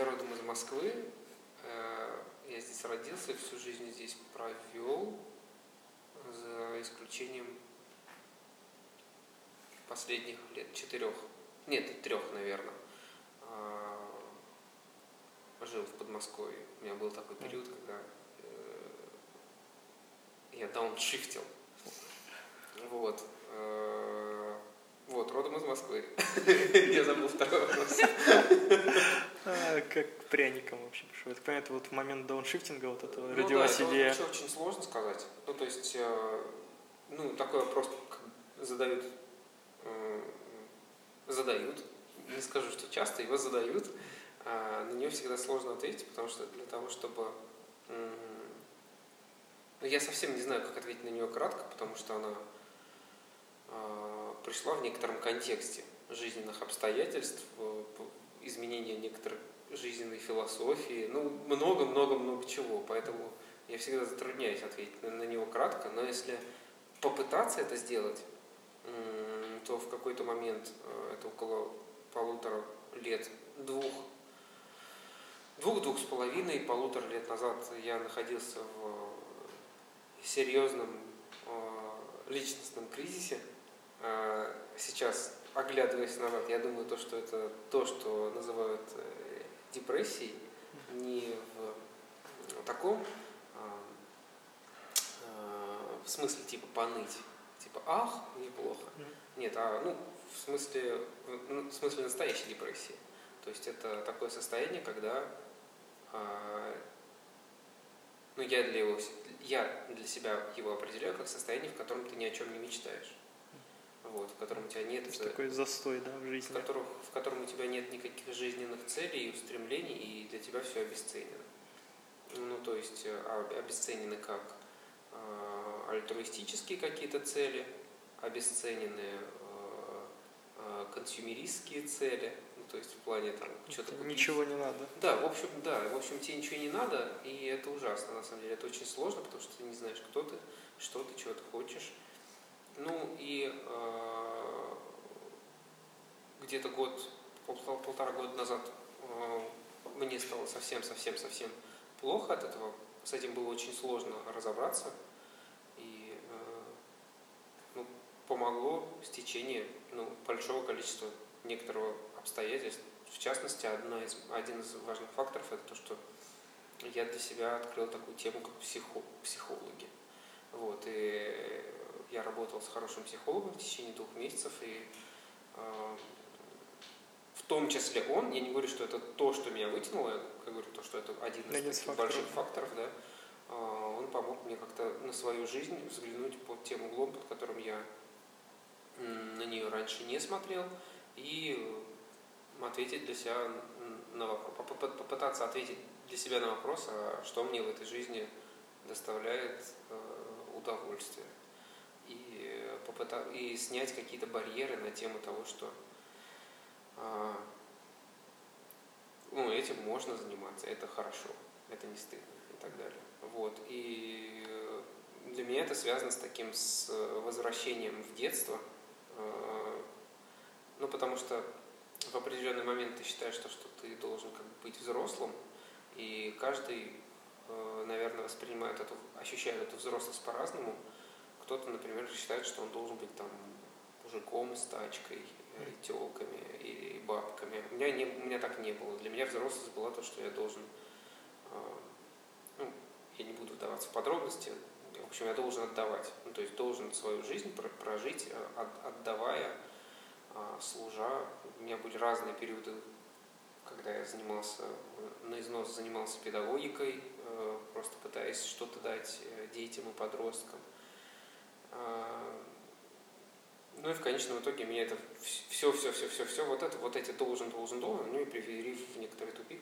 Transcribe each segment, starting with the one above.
я родом из Москвы. Я здесь родился, всю жизнь здесь провел, за исключением последних лет 4. Нет, 3, наверное. Жил в Подмосковье. У меня был такой период, когда я дауншифтил. Вот. Вот, родом из Москвы. Я забыл второй вопрос. Как к пряникам вообще пришло? Я так понимаю, это вот в момент дауншифтинга вот этого Ну родилась да, идея. это вообще очень сложно сказать. Ну, то есть, такой вопрос задают, не скажу, что часто, его задают, на нее всегда сложно ответить, потому что для того, чтобы... я совсем не знаю, как ответить на нее кратко, потому что она пришла в некотором контексте жизненных обстоятельств, изменения некоторых жизненной философии, много-много-много чего, поэтому я всегда затрудняюсь ответить на него кратко, но если попытаться это сделать, то в какой-то момент, это около 1,5 лет, 2,5 лет назад я находился в серьезном личностном кризисе. Сейчас, оглядываясь назад, я думаю, что это то, что называют депрессией, не в таком в смысле типа поныть, типа ах, мне плохо. Нет, в смысле настоящей депрессии. То есть это такое состояние, когда я для себя его определяю как состояние, в котором ты ни о чем не мечтаешь. Вот, в котором у тебя нет... Такой застой, да, в жизни. В котором у тебя нет никаких жизненных целей и устремлений, и для тебя все обесценено. То есть обесценены как альтруистические какие-то цели, обесценены консюмеристские цели, то есть в плане там что-то купить. Ничего не надо. Да, в общем, тебе ничего не надо, и это ужасно, на самом деле. Это очень сложно, потому что ты не знаешь, кто ты, что ты, чего ты хочешь. Где-то 1,5 года назад мне стало совсем плохо от этого. С этим было очень сложно разобраться. И помогло стечение большого количества некоторого обстоятельств. В частности, один из важных факторов – это то, что я для себя открыл такую тему, как психологи. Вот, и я работал с хорошим психологом в течение 2 месяцев, и в том числе я не говорю, что это то, что меня вытянуло, я говорю, что это один из таких больших факторов, да, он помог мне как-то на свою жизнь взглянуть под тем углом, под которым я на нее раньше не смотрел, и ответить для себя на вопрос, попытаться ответить для себя на вопрос, что мне в этой жизни доставляет удовольствие. И снять какие-то барьеры на тему того, что этим можно заниматься, это хорошо, это не стыдно и так далее. Вот. И для меня это связано с возвращением в детство, потому что в определенный момент ты считаешь, что ты должен быть взрослым, и каждый, наверное, ощущает эту взрослость по-разному. Кто-то, например, считает, что он должен быть там мужиком с тачкой, и тёлками, и бабками. У меня так не было. Для меня взрослость была то, что я должен, я не буду вдаваться в подробности, в общем, я должен отдавать. То есть должен свою жизнь прожить, отдавая, служа. У меня были разные периоды, когда я на износ занимался педагогикой, просто пытаясь что-то дать детям и подросткам. И в конечном итоге меня это все вот эти должен, и привели в некоторый тупик.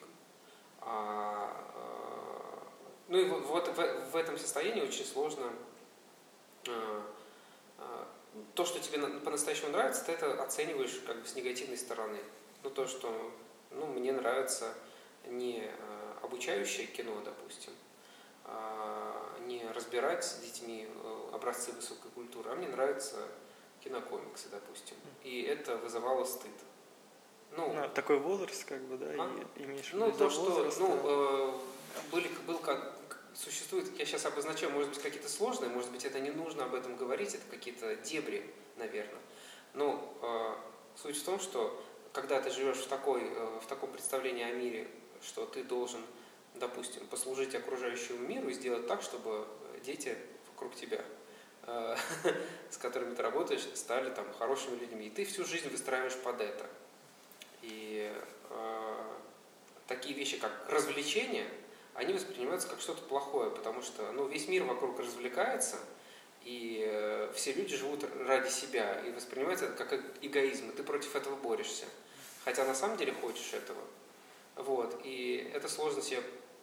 И вот в этом состоянии очень сложно. То, что тебе по-настоящему нравится, ты это оцениваешь с негативной стороны. То, что мне нравится не обучающее кино, допустим, не разбирать с детьми образцы высокой культуры, а мне нравится кинокомиксы, допустим. И это вызывало стыд. Ну, такой возраст, как бы, да, и имеешь в виду то, что, возраста. существует, я сейчас обозначаю, может быть, какие-то сложные, может быть, это не нужно об этом говорить, это какие-то дебри, наверное. Но суть в том, что когда ты живешь в таком представлении о мире, что ты должен, допустим, послужить окружающему миру и сделать так, чтобы дети вокруг тебя, с которыми ты работаешь, стали там хорошими людьми. И ты всю жизнь выстраиваешь под это. И такие вещи, как развлечения, они воспринимаются как что-то плохое, потому что весь мир вокруг развлекается, и все люди живут ради себя, и воспринимается это как эгоизм, и ты против этого борешься. Хотя на самом деле хочешь этого. Вот. И это сложно себе...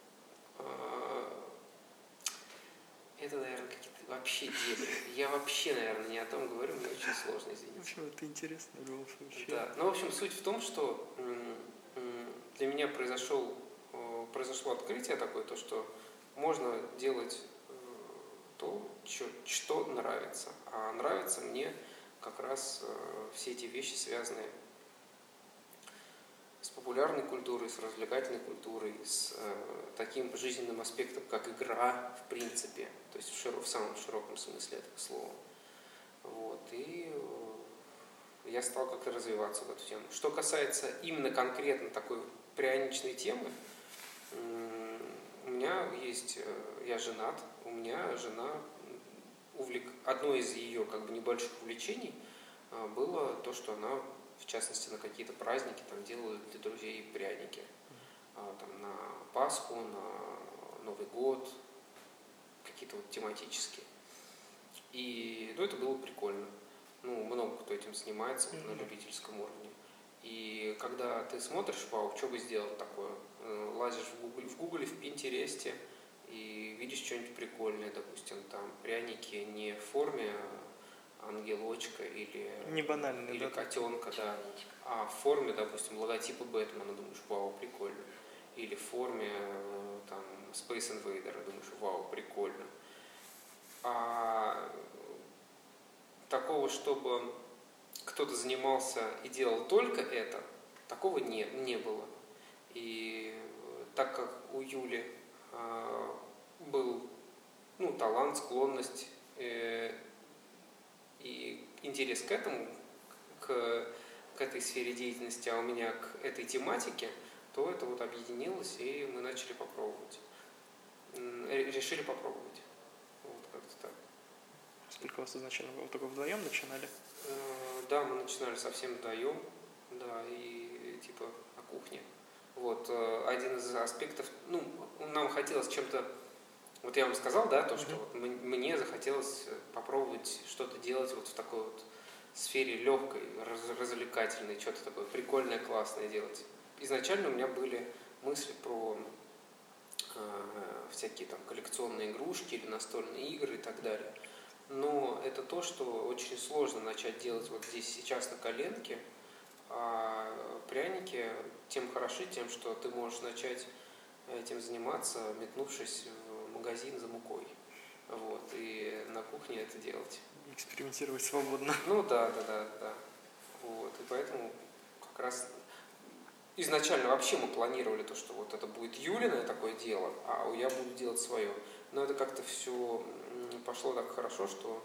Это, наверное, какие-то вообще дебри. Я вообще, наверное, не о том говорю, мне очень сложно, извините. В общем, это интересно в любом случае. Да. В общем, суть в том, что для меня произошло открытие такое, то, что можно делать то, что нравится. А нравится мне как раз все эти вещи, связанные с популярной культурой, с развлекательной культурой, с таким жизненным аспектом, как игра, в принципе, то есть в самом широком смысле этого слова. Вот. И я стал как-то развиваться в эту тему. Что касается именно конкретно такой пряничной темы, у меня есть, я женат, у меня жена, одно из ее как бы небольших увлечений было то, что она, в частности, на какие-то праздники там делала для друзей пряники. Там, на Пасху, на Новый год, какие-то вот тематические. И это было прикольно. Много кто этим занимается на любительском уровне. И когда ты смотришь, вау, что бы сделал такое, лазишь в Гугле, в Пинтересте и видишь что-нибудь прикольное, допустим, там пряники не в форме ангелочка или котенка, да, а в форме, допустим, логотипа Бэтмена, думаешь, вау, прикольно. Или в форме там Space Invader, думаешь, вау, прикольно. А такого, чтобы кто-то занимался и делал только это, такого не было. И так как у Юли был талант, склонность и интерес к этому, к этой сфере деятельности, а у меня к этой тематике, то это вот объединилось, и мы начали попробовать. Решили попробовать. Вот как-то так. Сколько у вас изначально было? Только вдвоем начинали? Да, мы начинали совсем вдвоем, да, и типа на кухне. Вот, один из аспектов, нам хотелось чем-то, вот я вам сказал, да, то, что вот мне захотелось попробовать что-то делать вот в такой вот сфере легкой, развлекательной, что-то такое прикольное, классное делать. Изначально у меня были мысли про всякие там коллекционные игрушки или настольные игры и так далее. Но это то, что очень сложно начать делать вот здесь сейчас на коленке. А пряники тем хороши, тем, что ты можешь начать этим заниматься, метнувшись в магазин за мукой. Вот, и на кухне это делать. Экспериментировать свободно. Да. Вот, и поэтому как раз изначально вообще мы планировали то, что вот это будет Юлиное такое дело, а я буду делать свое. Но это как-то все пошло так хорошо, что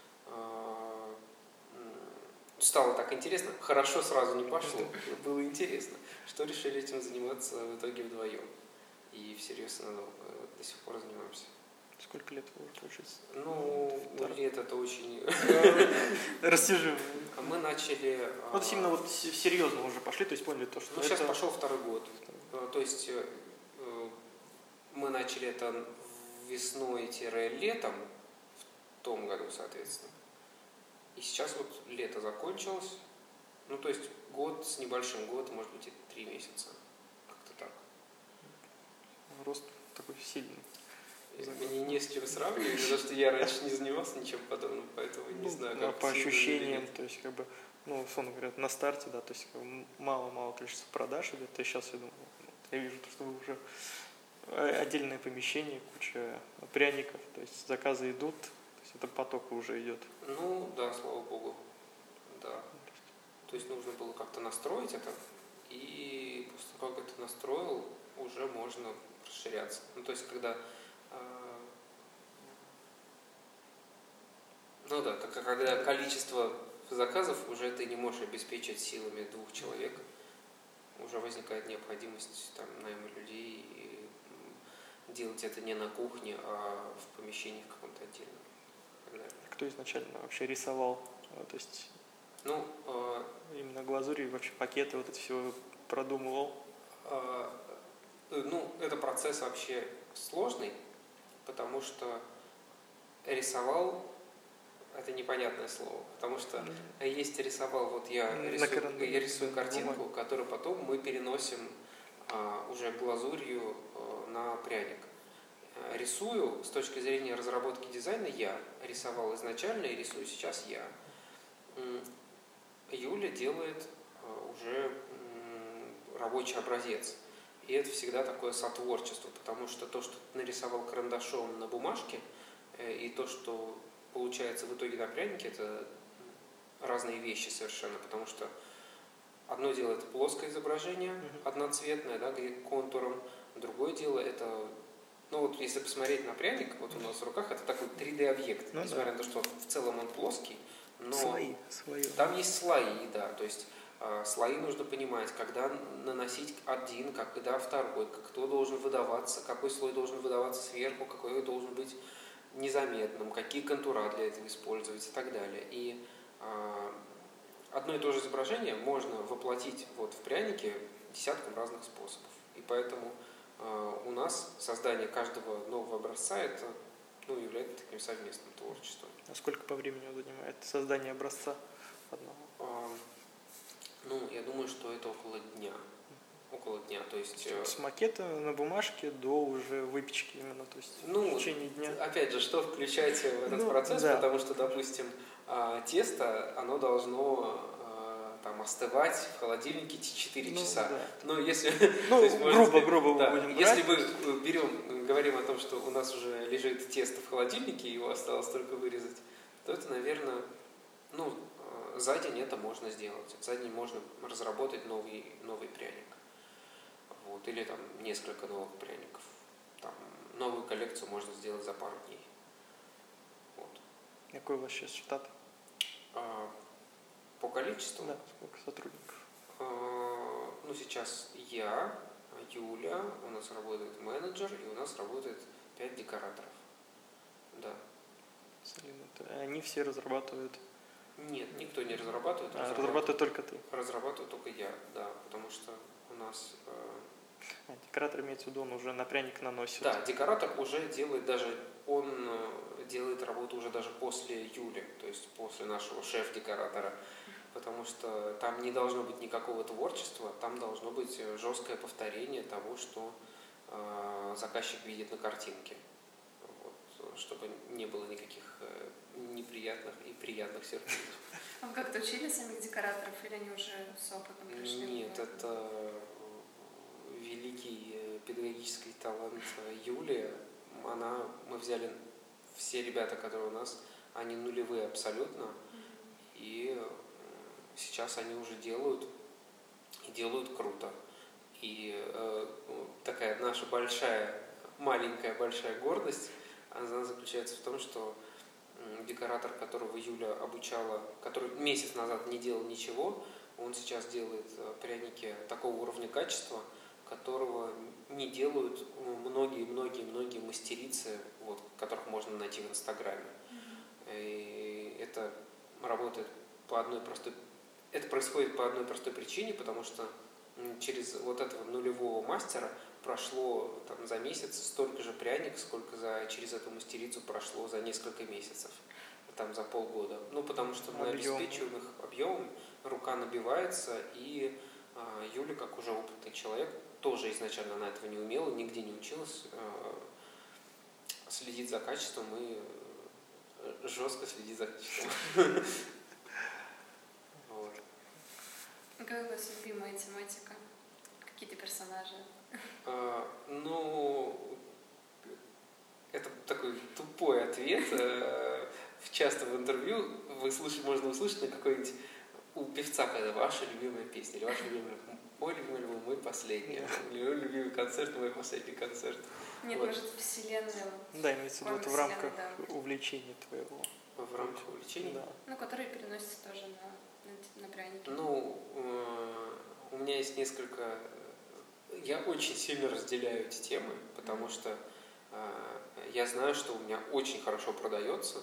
стало так интересно. Хорошо сразу не пошло, было интересно, что решили этим заниматься в итоге вдвоем. И всерьез до сих пор занимаемся. Сколько лет вы учитесь? Лет это очень... Растяжимо. Мы начали... Вот именно вот серьезно уже пошли, то есть поняли то, что сейчас пошел второй год. То есть мы начали это весной-летом в том году, соответственно. И сейчас вот лето закончилось. То есть год с небольшим, может быть, и 3 месяца. Как-то так. Рост такой сильный. Мне не с чем сравнивать, потому что я раньше не занимался ничем подобным, поэтому не знаю, как по ощущениям, то есть как бы, условно говоря, на старте, да, то есть как бы, мало количество продаж идет, то есть сейчас я думаю, я вижу, что вы уже отдельное помещение, куча пряников, то есть заказы идут, то есть это поток уже идет. Да, слава богу, да. То есть нужно было как-то настроить это, как это настроил, уже можно расширяться. Ну, то есть, когда когда количество заказов уже ты не можешь обеспечить силами 2 человек, уже возникает необходимость там найма людей и делать это не на кухне, а в помещении в каком-то отдельном. Кто изначально вообще рисовал? То есть именно глазури, вообще пакеты, вот это все продумывал? Это процесс вообще сложный, потому что рисовал — это непонятное слово, потому что есть рисовал, вот я рисую картинку, которую потом мы переносим уже глазурью на пряник. Рисую с точки зрения разработки дизайна я, рисовал изначально и рисую сейчас я. Юля делает уже рабочий образец. И это всегда такое сотворчество, потому что то, что ты нарисовал карандашом на бумажке, и то, что получается в итоге на прянике, это разные вещи совершенно, потому что одно дело это плоское изображение, одноцветное, да, контуром, другое дело это, если посмотреть на пряник, вот у нас в руках, это такой 3D-объект, несмотря на то, что в целом он плоский, но слои. Там есть слои, да, то есть слои нужно понимать, когда наносить один, когда второй, кто должен выдаваться, какой слой должен выдаваться сверху, какой должен быть незаметным, какие контура для этого использовать и так далее. И одно и то же изображение можно воплотить вот в прянике десятком разных способов. И поэтому у нас создание каждого нового образца это является таким совместным творчеством. А сколько по времени занимает создание образца одного? Я думаю, что это около дня. То есть с макета на бумажке до уже выпечки именно, то есть в течение дня. Опять же, что включать в этот процесс, да. Потому что, допустим, тесто, оно должно остывать в холодильнике 4 часа. Да. Но если... грубо да, будем если мы говорим о том, что у нас уже лежит тесто в холодильнике, его осталось только вырезать, то это, наверное, за день это можно сделать. За день можно разработать новый пряник. Вот, или там несколько новых пряников. Там, новую коллекцию можно сделать за пару дней. Вот. Какой у вас сейчас штат? По количеству? Да, сколько сотрудников? Сейчас я, Юля, у нас работает менеджер, и у нас работает 5 декораторов. Да. Они все разрабатывают? Нет, никто не разрабатывает. Разрабатывает только ты? Разрабатываю только я, да, потому что у нас... Декоратор, имеется в виду, он уже на пряник наносит? Да, декоратор уже делает он делает работу уже даже после Юли, то есть после нашего шеф-декоратора, потому что там не должно быть никакого творчества, там должно быть жесткое повторение того, что заказчик видит на картинке, вот, чтобы не было никаких неприятных и приятных сюрпризов. А вы как-то учили самих декораторов или они уже с опытом пришли? Нет, это великий педагогический талант Юли. Мы взяли все ребята, которые у нас, они нулевые абсолютно, и сейчас они уже делают круто. И такая наша маленькая большая гордость, она заключается в том, что декоратор, которого Юля обучала, который месяц назад не делал ничего, он сейчас делает пряники такого уровня качества, которого не делают многие мастерицы, вот, которых можно найти в Инстаграме. И это происходит по одной простой причине, потому что через вот этого нулевого мастера прошло за месяц столько же пряник, сколько через эту мастерицу прошло за несколько месяцев, за полгода. Потому что мы обеспечиваем их объемом, рука набивается, и Юля, как уже опытный человек, тоже изначально она этого не умела, нигде не училась, следить за качеством и жестко следить за качеством. Какая у вас любимая тематика? Какие-то персонажи? Это такой тупой ответ. Часто в интервью можно услышать на какой-нибудь у певца, когда ваша любимая песня или ваша любимая Мой любимый альбом, мой последний. Мой любимый концерт, мой последний концерт. Нет, вот. Может, вселенная. Да, имеется в виду в рамках увлечения твоего. В рамках увлечения? Да. Ну, которые переносятся тоже на пряники. Ну, у меня есть несколько... Я очень сильно разделяю эти темы, потому что я знаю, что у меня очень хорошо продается,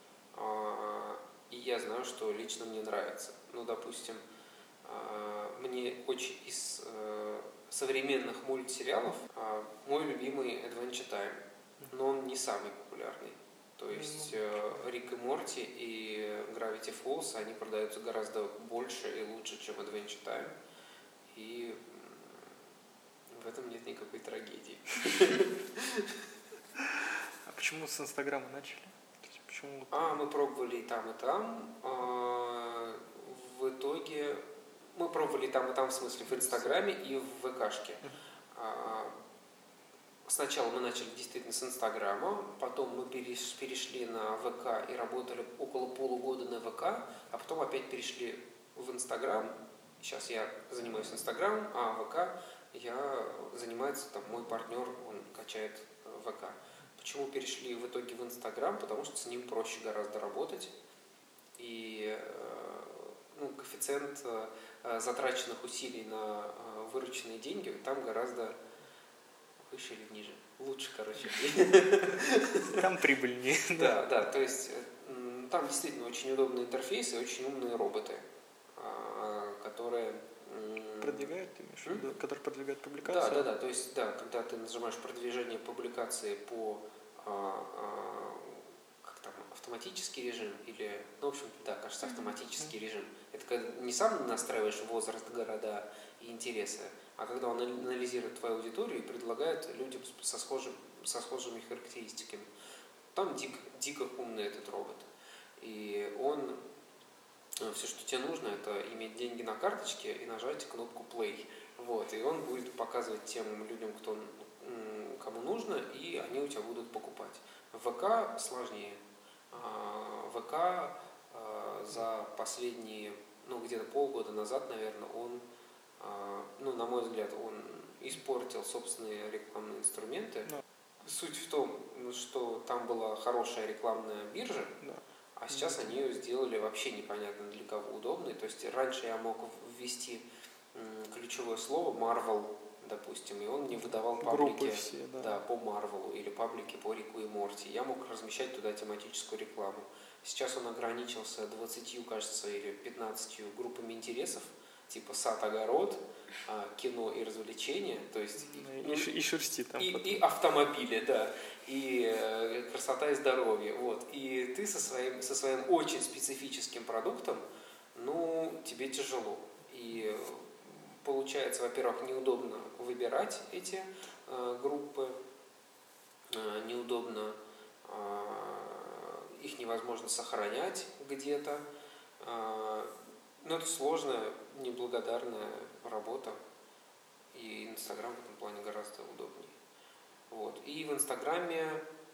и я знаю, что лично мне нравится. Ну, допустим, мне очень из современных мультсериалов мой любимый Adventure Time, но он не самый популярный. То есть Рик и Морти и Gravity Falls, они продаются гораздо больше и лучше, чем Adventure Time. И в этом нет никакой трагедии. А почему с Инстаграма начали? Почему? Мы пробовали и там, и там. В итоге мы пробовали и там, в смысле в Инстаграме и в ВКшке. Сначала мы начали действительно с Инстаграма, потом мы перешли на ВК и работали около полугода на ВК, а потом опять перешли в Инстаграм. Сейчас я занимаюсь Инстаграмом, а ВК занимается там мой партнер, он качает ВК. Почему перешли в итоге в Инстаграм? Потому что с ним проще гораздо работать. И коэффициент затраченных усилий на вырученные деньги там гораздо выше или ниже? Лучше, короче. Там прибыльнее. Да, то есть там действительно очень удобный интерфейс и очень умные роботы, которые... Продвигают, ты имеешь в виду? Которые продвигают публикации? Да, то есть, когда ты нажимаешь продвижение публикации по автоматический режим или, в общем-то, да, кажется, автоматический режим. Это когда не сам настраиваешь возраст, города и интересы, а когда он анализирует твою аудиторию и предлагает людям со схожими характеристиками. Там дико умный этот робот. И он, все, что тебе нужно, это иметь деньги на карточке и нажать кнопку play. Вот, и он будет показывать тем людям, кому нужно, и они у тебя будут покупать. В ВК сложнее. ВК за последние, где-то полгода назад, наверное, он, на мой взгляд, он испортил собственные рекламные инструменты. Да. Суть в том, что там была хорошая рекламная биржа, да. А сейчас они ее сделали вообще непонятно для кого удобной. То есть раньше я мог ввести ключевое слово Marvel, допустим, и он мне выдавал паблики все, по Марвелу или паблики по Рику и Морти. Я мог размещать туда тематическую рекламу. Сейчас он ограничился 20, кажется, или 15 группами интересов, типа сад-огород, кино и развлечения, то есть и шерсти там. И автомобили, да, и красота и здоровье. Вот. И ты со своим очень специфическим продуктом, тебе тяжело. И получается, во-первых, неудобно выбирать эти группы, неудобно, их невозможно сохранять где-то. Это сложная, неблагодарная работа. И Инстаграм в этом плане гораздо удобнее. Вот. И в Инстаграме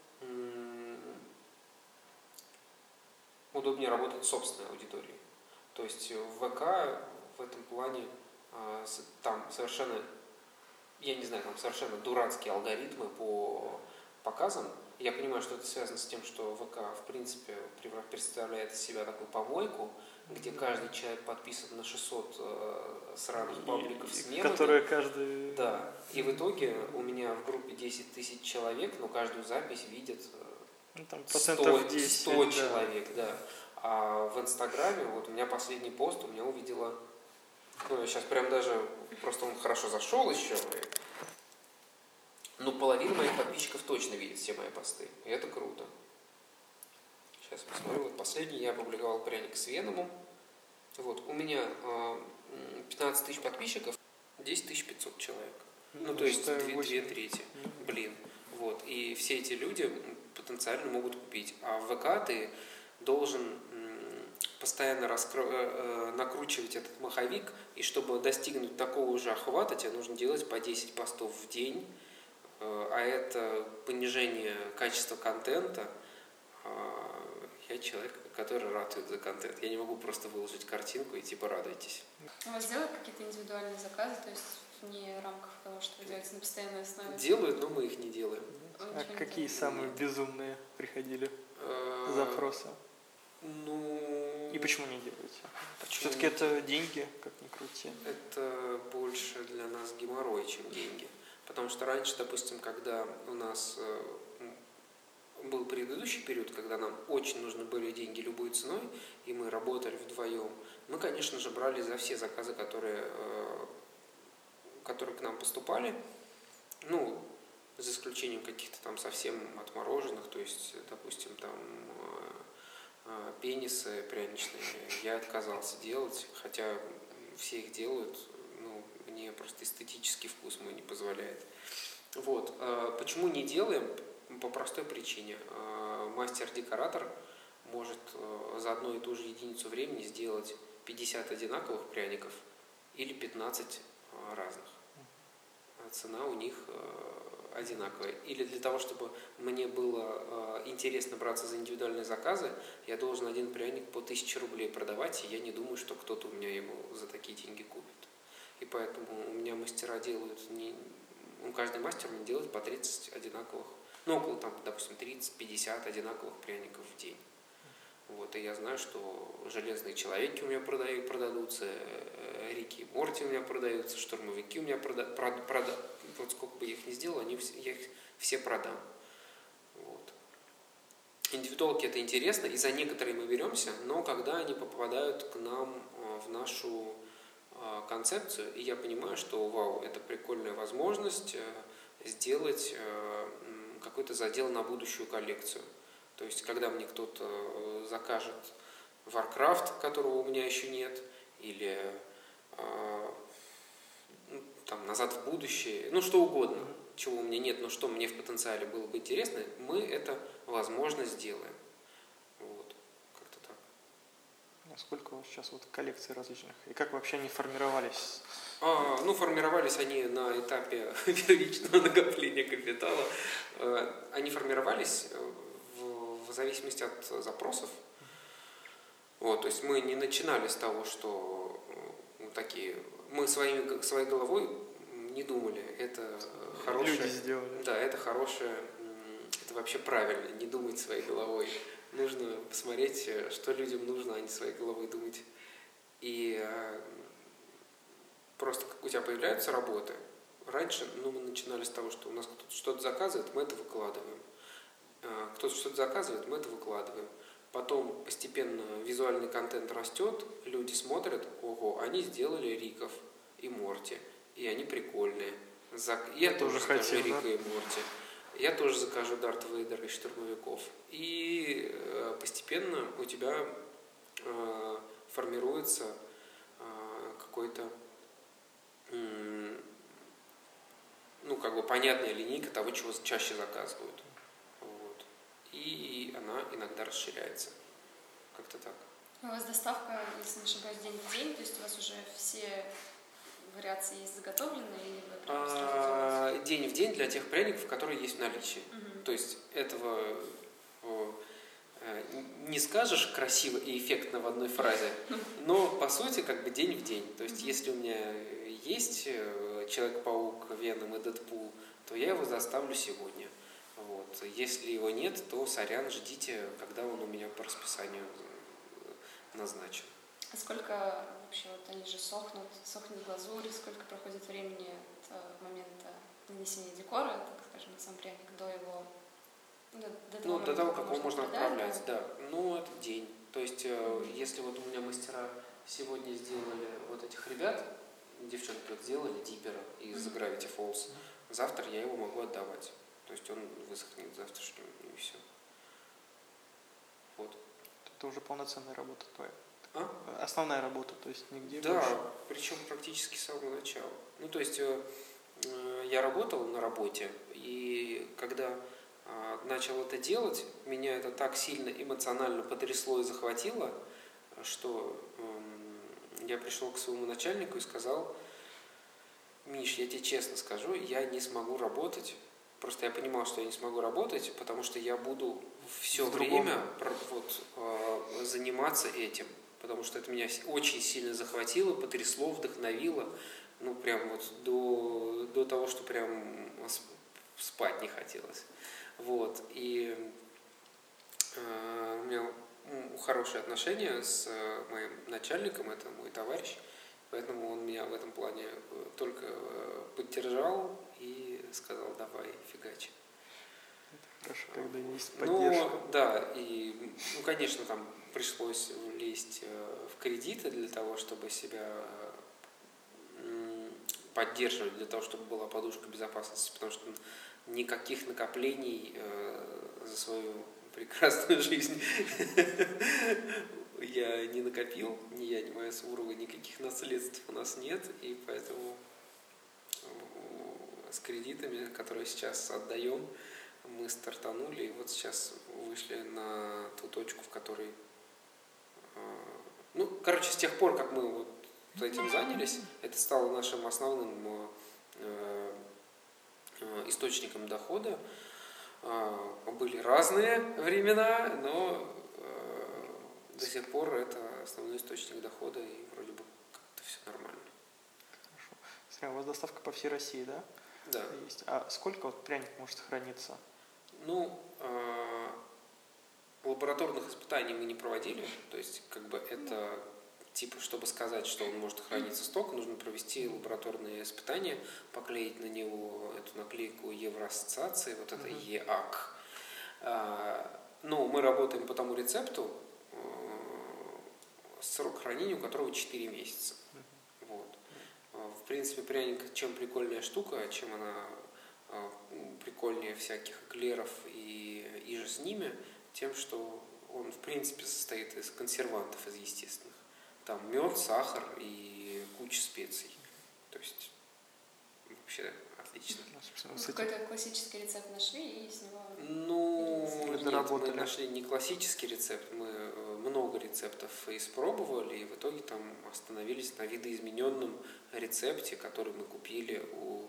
удобнее работать с собственной аудиторией. То есть в ВК в этом плане там совершенно, там совершенно дурацкие алгоритмы по показам. Я понимаю, что это связано с тем, что ВК, в принципе, представляет из себя такую помойку, где каждый человек подписан на 600 сраных пабликов с мемами. Которые каждый... Да. И в итоге у меня в группе 10 тысяч человек, но каждую запись видят 100 человек. Да. А в Инстаграме, у меня последний пост, у меня увидела... я сейчас прям даже... Просто он хорошо зашел еще. Половина моих подписчиков точно видит все мои посты. И это круто. Сейчас посмотрю. Последний я опубликовал пряник с Веномом. У меня 15 тысяч подписчиков, 10 500 человек. То есть 2 трети. Блин. И все эти люди потенциально могут купить. А в ВК ты должен постоянно накручивать этот маховик, и чтобы достигнуть такого же охвата, тебе нужно делать по 10 постов в день, а это понижение качества контента. Я человек, который ратует за контент. Я не могу просто выложить картинку и типа радуйтесь. У вас делают какие-то индивидуальные заказы, то есть вне рамках того, что вы делаете на постоянной основе? Делают, но мы их не делаем. А какие самые безумные приходили запросы? Ну... И почему не делаете? Все-таки это деньги, как ни крути. Это больше для нас геморрой, чем деньги. Потому что раньше, допустим, когда у нас был предыдущий период, когда нам очень нужны были деньги любой ценой, и мы работали вдвоем, мы, конечно же, брали за все заказы, которые к нам поступали, ну, за исключением каких-то там совсем отмороженных, то есть, допустим, там пенисы пряничные я отказался делать, хотя все их делают, ну, мне просто эстетический вкус мой не позволяет. Вот. Почему не делаем? По простой причине. Мастер-декоратор может за одну и ту же единицу времени сделать 50 одинаковых пряников или 15 разных. Цена у них одинаковая. Или для того, чтобы мне было интересно браться за индивидуальные заказы, я должен один пряник по 1000 рублей продавать, и я не думаю, что кто-то у меня его за такие деньги купит. И поэтому у меня мастера делают, каждый мастер мне делает по 30 одинаковых, ну, около, там, допустим, 30-50 одинаковых пряников в день. Вот, и я знаю, что железные человеки у меня продадутся, Рики и Морти у меня продаются, штурмовики у меня продадутся. Вот сколько бы я их ни сделал, я их все продам. Вот. Индивидуалки это интересно, и за некоторые мы беремся, но когда они попадают к нам в нашу концепцию, и я понимаю, что вау, это прикольная возможность сделать какой-то задел на будущую коллекцию. То есть, когда мне кто-то закажет Warcraft, которого у меня еще нет, или там «Назад в будущее», ну что угодно, чего у меня нет, но что мне в потенциале было бы интересно, мы это, возможно, сделаем. Вот, как-то так. Сколько у вас сейчас вот коллекций различных? И как вообще они формировались? Формировались они на этапе первичного накопления капитала. Они формировались в зависимости от запросов. Вот, то есть мы не начинали с того, что мы своей головой не думали, это хорошее. Люди сделали. Да, это хорошее, это вообще правильно, не думать своей головой. Нужно посмотреть, что людям нужно, а не своей головой думать. И просто у тебя появляются работы. Раньше мы начинали с того, что у нас кто-то что-то заказывает, мы это выкладываем. Кто-то что-то заказывает, мы это выкладываем. Потом постепенно визуальный контент растет, люди смотрят, ого, они сделали Риков и Морти, и они прикольные. Я тоже закажу Рика и Морти. Я тоже закажу Дарта Вейдера и штурмовиков. И постепенно у тебя формируется какой-то понятная линейка того, чего чаще заказывают. Вот. И она иногда расширяется. Как-то так. У вас доставка, если не ошибаюсь, день в день, то есть у вас уже все вариации есть заготовленные, или вы прям сразу день в день для тех пряников, которые есть в наличии. То есть этого не скажешь красиво и эффектно в одной фразе, но по сути день в день. То есть если у меня есть Человек-паук, Веном и Дэдпул, то я его доставлю сегодня. Вот. Если его нет, то сорян, ждите, когда он у меня по расписанию назначен. А сколько вообще, они же сохнет глазурь, сколько проходит времени от момента нанесения декора, так скажем, на сам пряник, до его... До того, как его можно отправлять, да. Это день. То есть, если вот у меня мастера сегодня сделали вот этих ребят, девчонки сделали Диппера из Gravity Falls, завтра я его могу отдавать. То есть он высохнет завтрашним, и все. Вот. Это уже полноценная работа твоя. Основная работа, то есть нигде больше. Да, причем практически с самого начала. То есть я работал на работе, и когда начал это делать, меня это так сильно эмоционально потрясло и захватило, что я пришел к своему начальнику и сказал: Миш, я тебе честно скажу, я не смогу работать Просто я понимал, что я не смогу работать, потому что я буду все время заниматься этим. Потому что это меня очень сильно захватило, потрясло, вдохновило. Ну, прям вот до того, что прям спать не хотелось. Вот. И у меня хорошие отношения с моим начальником, это мой товарищ. Поэтому он меня в этом плане только поддержал и сказал: давай, фигачи. Хорошо, когда есть поддержка. Ну, да, и, конечно, там пришлось влезть в кредиты для того, чтобы себя поддерживать, для того, чтобы была подушка безопасности, потому что никаких накоплений за свою прекрасную жизнь я не накопил, ни я, ни моя супруга, никаких наследств у нас нет, и поэтому с кредитами, которые сейчас отдаем, мы стартанули, и вот сейчас вышли на ту точку, в которой... с тех пор, как мы вот этим занялись, это стало нашим основным источником дохода. Были разные времена, но до сих пор это основной источник дохода, и вроде бы как-то все нормально. Хорошо. Смотри, у вас доставка по всей России, да? Да. Есть. А сколько вот пряник может храниться? Лабораторных испытаний мы не проводили, то есть это чтобы сказать, что он может храниться столько, нужно провести лабораторные испытания, поклеить на него эту наклейку Евроассоциации, вот это ЕАК. Мы работаем по тому рецепту, срок хранения у которого 4 месяца. Вот. В принципе, пряник чем прикольная штука, чем она прикольнее всяких эклеров и иже с ними, тем, что он в принципе состоит из консервантов, из естественных. Там мед, сахар и куча специй. То есть вообще отлично. Какой-то классический рецепт нашли и с него... Нет, мы нашли не классический рецепт, мы много рецептов испробовали, и в итоге там остановились на видоизмененном рецепте, который мы купили у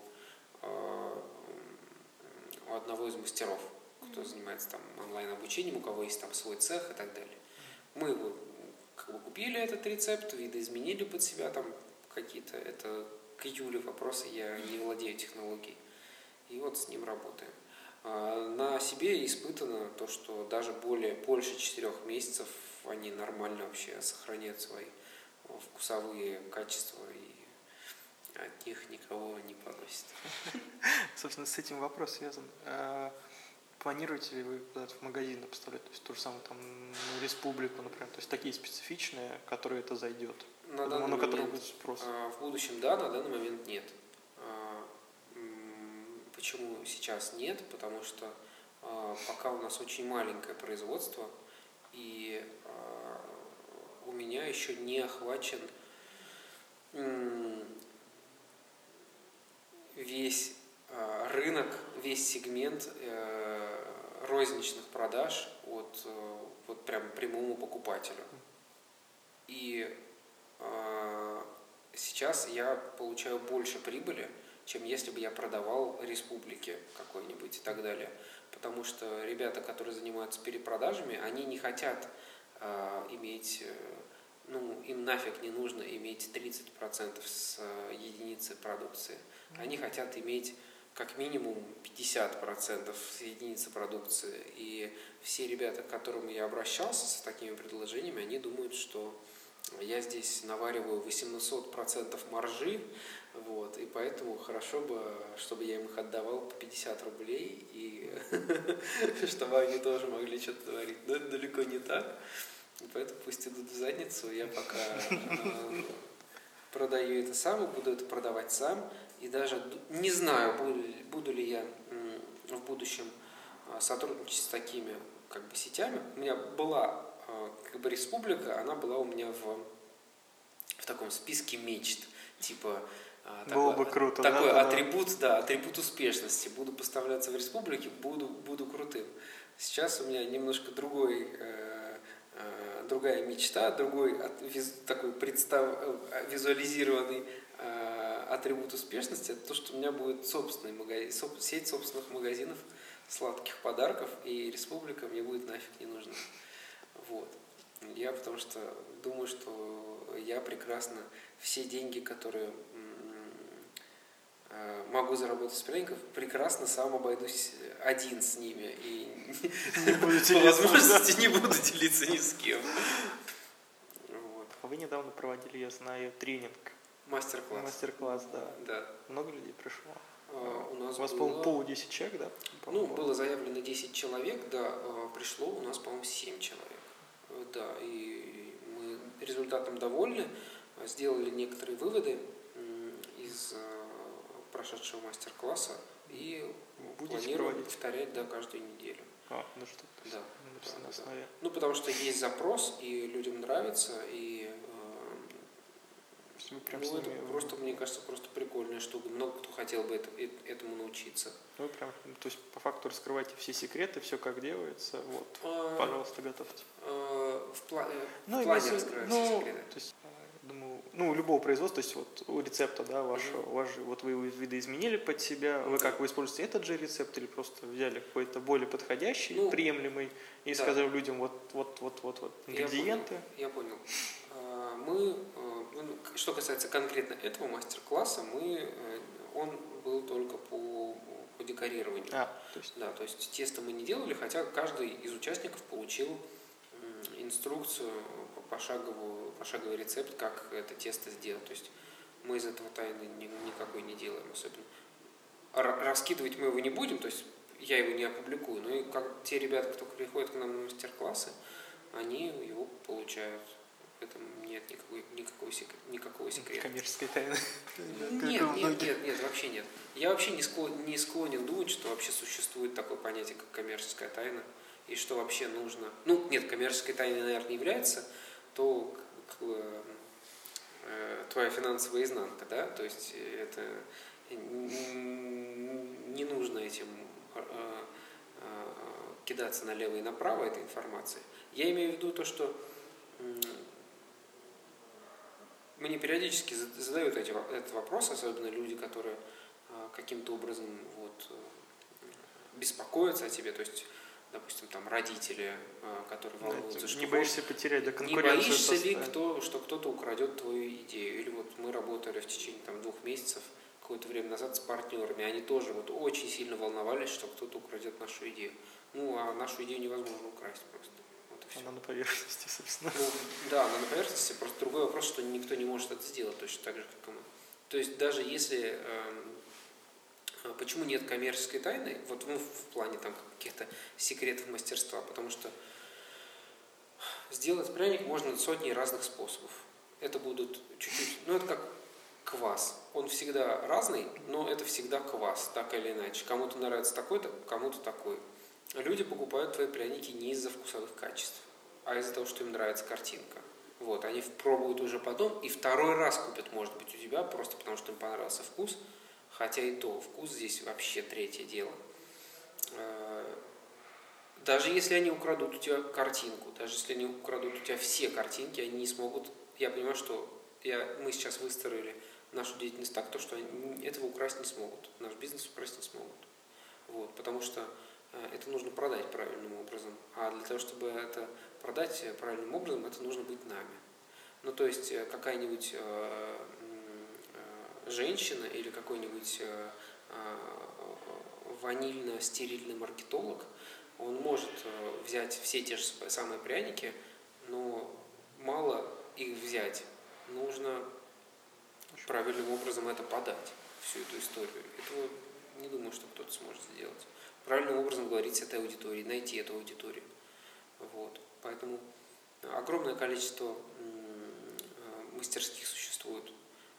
одного из мастеров, кто занимается там онлайн-обучением, у кого есть там свой цех и так далее. Мы его купили этот рецепт, видоизменили под себя там какие-то, это к Юле вопросы, я не владею технологией. И вот с ним работаем. На себе испытано то, что даже больше 4 месяцев они нормально вообще сохраняют свои вкусовые качества, и от них никого не поносит. Собственно, с этим вопрос связан. Планируете ли вы куда-то в магазин поставлять, то есть ту же самую там республику, например, то есть такие специфичные, которые это зайдет, на которые будет спрос? В будущем да, на данный момент нет. Почему сейчас нет? Потому что пока у нас очень маленькое производство, и у меня еще не охвачен весь рынок, весь сегмент розничных продаж от прям прямому покупателю. И сейчас я получаю больше прибыли, чем если бы я продавал республике какой-нибудь и так далее. Потому что ребята, которые занимаются перепродажами, они не хотят иметь, им нафиг не нужно иметь 30% с единицы продукции. Они хотят иметь как минимум 50% с единицы продукции. И все ребята, к которым я обращался с такими предложениями, они думают, что я здесь навариваю 800% маржи, и поэтому хорошо бы, чтобы я им их отдавал по 50 рублей, и чтобы они тоже могли что-то творить. Но это далеко не так, и поэтому пусть идут в задницу, я пока продаю это сам, и буду это продавать сам, и даже не знаю, буду ли я в будущем сотрудничать с такими сетями. У меня была республика, она была у меня в таком списке мечт, было бы круто, такой атрибут успешности. Буду поставляться в республике, буду крутым. Сейчас у меня немножко другая мечта, другой такой визуализированный атрибут успешности – это то, что у меня будет собственный сеть собственных магазинов сладких подарков, и республика мне будет нафиг не нужна. Вот. Я потому что думаю, что я прекрасно все деньги, которые могу заработать с пряников, прекрасно сам обойдусь один с ними и по возможности не буду делиться ни с кем. А вы недавно проводили, я знаю, тренинг. Мастер-класс. Мастер-класс, да. Да. Много людей пришло? У вас, по-моему, 10 человек, да? Было заявлено 10 человек, да, пришло у нас, по-моему, 7 человек. Да, и мы результатом довольны, сделали некоторые выводы из прошедшего мастер-класса и планируем повторять, да, каждую неделю. Ну что? Да. Да. Ну, потому что есть запрос, и людям нравится, и это просто, мне кажется, просто прикольная штука. Много кто хотел бы этому научиться. Вы прям, то есть, по факту раскрываете все секреты, все как делается. Вот, пожалуйста, готовьте. В плане раскрывать все секреты. То есть, думаю, любого производства, то есть вот у рецепта, да, вашего, вот вы его видоизменили под себя, вы используете этот же рецепт или просто взяли какой-то более подходящий, приемлемый и сказали людям вот ингредиенты? Я понял. Что касается конкретно этого мастер-класса, он был только по декорированию. То есть тесто мы не делали, хотя каждый из участников получил инструкцию, пошаговый рецепт, как это тесто сделать. То есть мы из этого тайны никакой не делаем особенно. Раскидывать мы его не будем, то есть я его не опубликую, но и те ребята, кто приходит к нам на мастер-классы, они его получают. В этом нет никакого секрета. Коммерческой тайны? Нет, вообще нет. Я вообще не склонен думать, что вообще существует такое понятие, как коммерческая тайна, и что вообще нужно. Нет, коммерческой тайной, наверное, является то, твоя финансовая изнанка, да, то есть это не нужно этим кидаться налево и направо этой информацией. Я имею в виду то, что мне периодически задают этот вопрос, особенно люди, которые каким-то образом беспокоятся о тебе, то есть, допустим, там родители, которые волнуются, что не боишься потерять конкуренцию. Не боишься ли, что кто-то украдет твою идею? Или мы работали в течение 2 месяцев какое-то время назад с партнерами, они тоже очень сильно волновались, что кто-то украдет нашу идею. А нашу идею невозможно украсть просто. Она на поверхности, собственно. Да, она на поверхности, просто другой вопрос, что никто не может это сделать точно так же, как и мы. То есть даже если... Почему нет коммерческой тайны? В плане каких-то секретов мастерства, потому что сделать пряник можно сотни разных способов. Это будут чуть-чуть... это как квас. Он всегда разный, но это всегда квас, так или иначе. Кому-то нравится такой-то, кому-то такой. Люди покупают твои пряники не из-за вкусовых качеств, а из-за того, что им нравится картинка. Они пробуют уже потом и второй раз купят, может быть, у тебя, просто потому что им понравился вкус, хотя и то, вкус здесь вообще третье дело. Даже если они украдут у тебя картинку, даже если они украдут у тебя все картинки, они не смогут... Я понимаю, что мы сейчас выстроили нашу деятельность так, что они этого украсть не смогут, наш бизнес украсть не смогут. Потому что это нужно продать правильным образом. А для того, чтобы это продать правильным образом, это нужно быть нами. То есть какая-нибудь женщина или какой-нибудь ванильно-стерильный маркетолог, он может взять все те же самые пряники, но мало их взять. Нужно правильным образом это подать, всю эту историю. Этого не думаю, что кто-то сможет сделать. Правильным образом говорить с этой аудиторией, найти эту аудиторию. Поэтому огромное количество мастерских существует.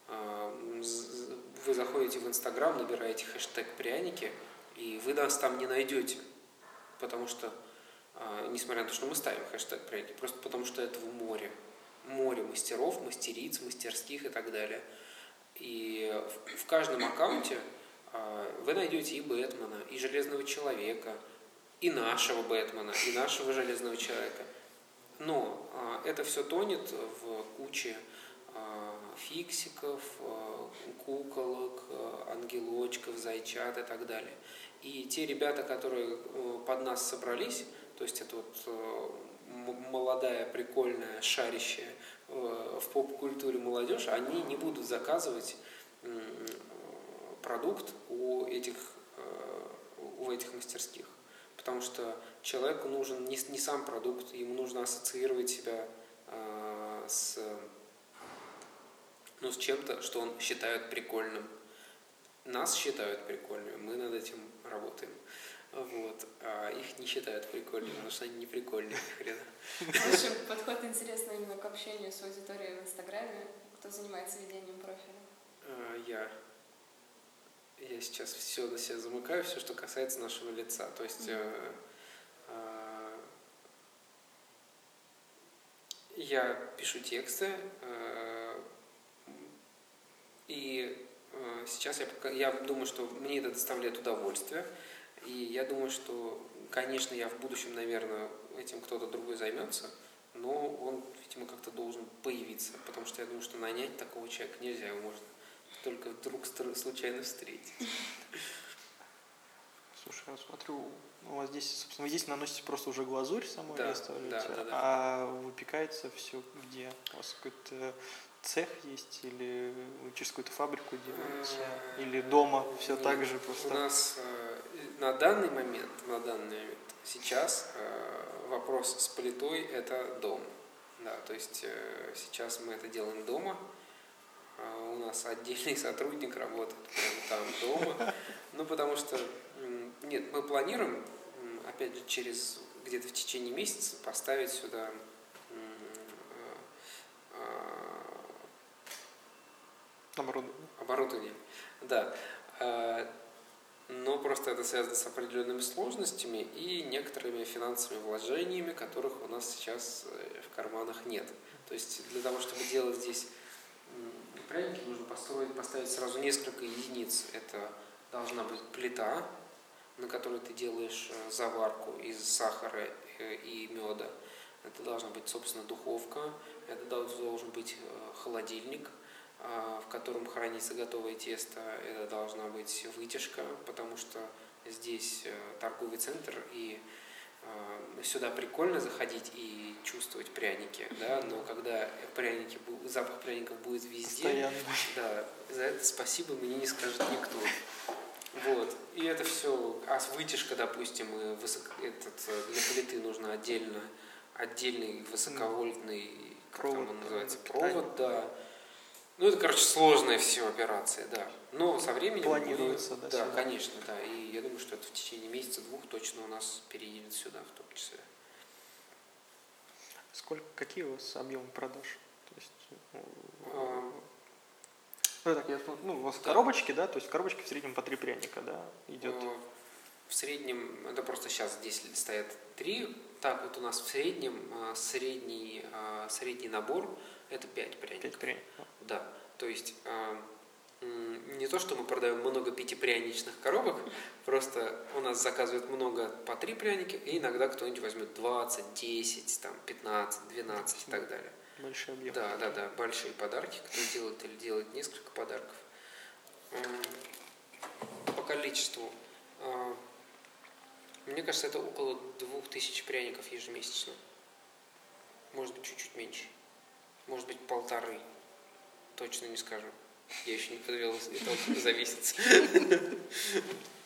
Вы заходите в Инстаграм, набираете хэштег «пряники», и вы нас там не найдете. Потому что, несмотря на то, что мы ставим хэштег «пряники», просто потому что этого море. Море мастеров, мастериц, мастерских и так далее. И в каждом аккаунте вы найдете и Бэтмена, и Железного Человека, и нашего Бэтмена, и нашего Железного Человека. Но это все тонет в куче фиксиков, куколок, ангелочков, зайчат и так далее. И те ребята, которые под нас собрались, то есть это вот молодая, прикольная, шарящая в поп-культуре молодежь, они не будут заказывать продукт у этих мастерских. Потому что человеку нужен не сам продукт, ему нужно ассоциировать себя с чем-то, что он считает прикольным. Нас считают прикольными, мы над этим работаем. Вот. А их не считают прикольными, потому что они не прикольные, ни хрена. В общем, подход интересный именно к общению с аудиторией в Инстаграме. Кто занимается ведением профиля? Я сейчас все на себя замыкаю, все, что касается нашего лица. То есть я пишу тексты, и сейчас я думаю, что мне это доставляет удовольствие. И я думаю, что, конечно, я в будущем, наверное, этим кто-то другой займется, но он, видимо, как-то должен появиться, потому что я думаю, что нанять такого человека нельзя, его можно только вдруг случайно встретить. Слушай, я смотрю, у вас здесь, собственно, вы здесь наносите просто уже глазурь самой, да, оставляете, да. А выпекается все где? У вас какой-то цех есть, или вы через какую-то фабрику делаете, или дома все так же просто? У нас на данный момент сейчас вопрос с плитой – это дом. Да, то есть сейчас мы это делаем дома. У нас отдельный сотрудник работает прямо там дома. Ну, потому что, нет, мы планируем, опять же, где-то в течение месяца поставить сюда оборудование. Да. Но просто это связано с определенными сложностями и некоторыми финансовыми вложениями, которых у нас сейчас в карманах нет. То есть для того, чтобы делать здесь пряники, нужно поставить сразу несколько единиц. Это должна быть плита, на которой ты делаешь заварку из сахара и меда. Это должна быть, собственно, духовка. Это должен быть холодильник, в котором хранится готовое тесто. Это должна быть вытяжка, потому что здесь торговый центр, и сюда прикольно заходить и чувствовать пряники, да, но когда запах пряников будет везде, постоянно. Да, за это спасибо мне не скажет никто. Вот. И это все, вытяжка, допустим, для плиты нужно отдельный высоковольтный, как там он называется, провод, да. Ну, это, короче, сложная все операция, да. Но со временем... Планируется, да? Да, конечно, да. И я думаю, что это в течение месяца-двух точно у нас переедет сюда, в том числе. Какие у вас объемы продаж? То есть, у вас коробочки, да? То есть коробочки в среднем по 3 пряника, да, идет? В среднем, это просто сейчас здесь стоят 3. Так, вот у нас в среднем средний набор это 5 пряников. 5 пряников. Да, то есть не то, что мы продаем много 5-пряничных коробок, просто у нас заказывают много по 3 пряника, и иногда кто-нибудь возьмет 20, 10, 15, 12 и так далее. Большой объем. Да, большие подарки, кто делает или делает несколько подарков. По количеству, мне кажется, это около 2000 пряников ежемесячно. Может быть, чуть-чуть меньше. Может быть, 1,5. Точно не скажу. Я еще не подвел итог за месяц.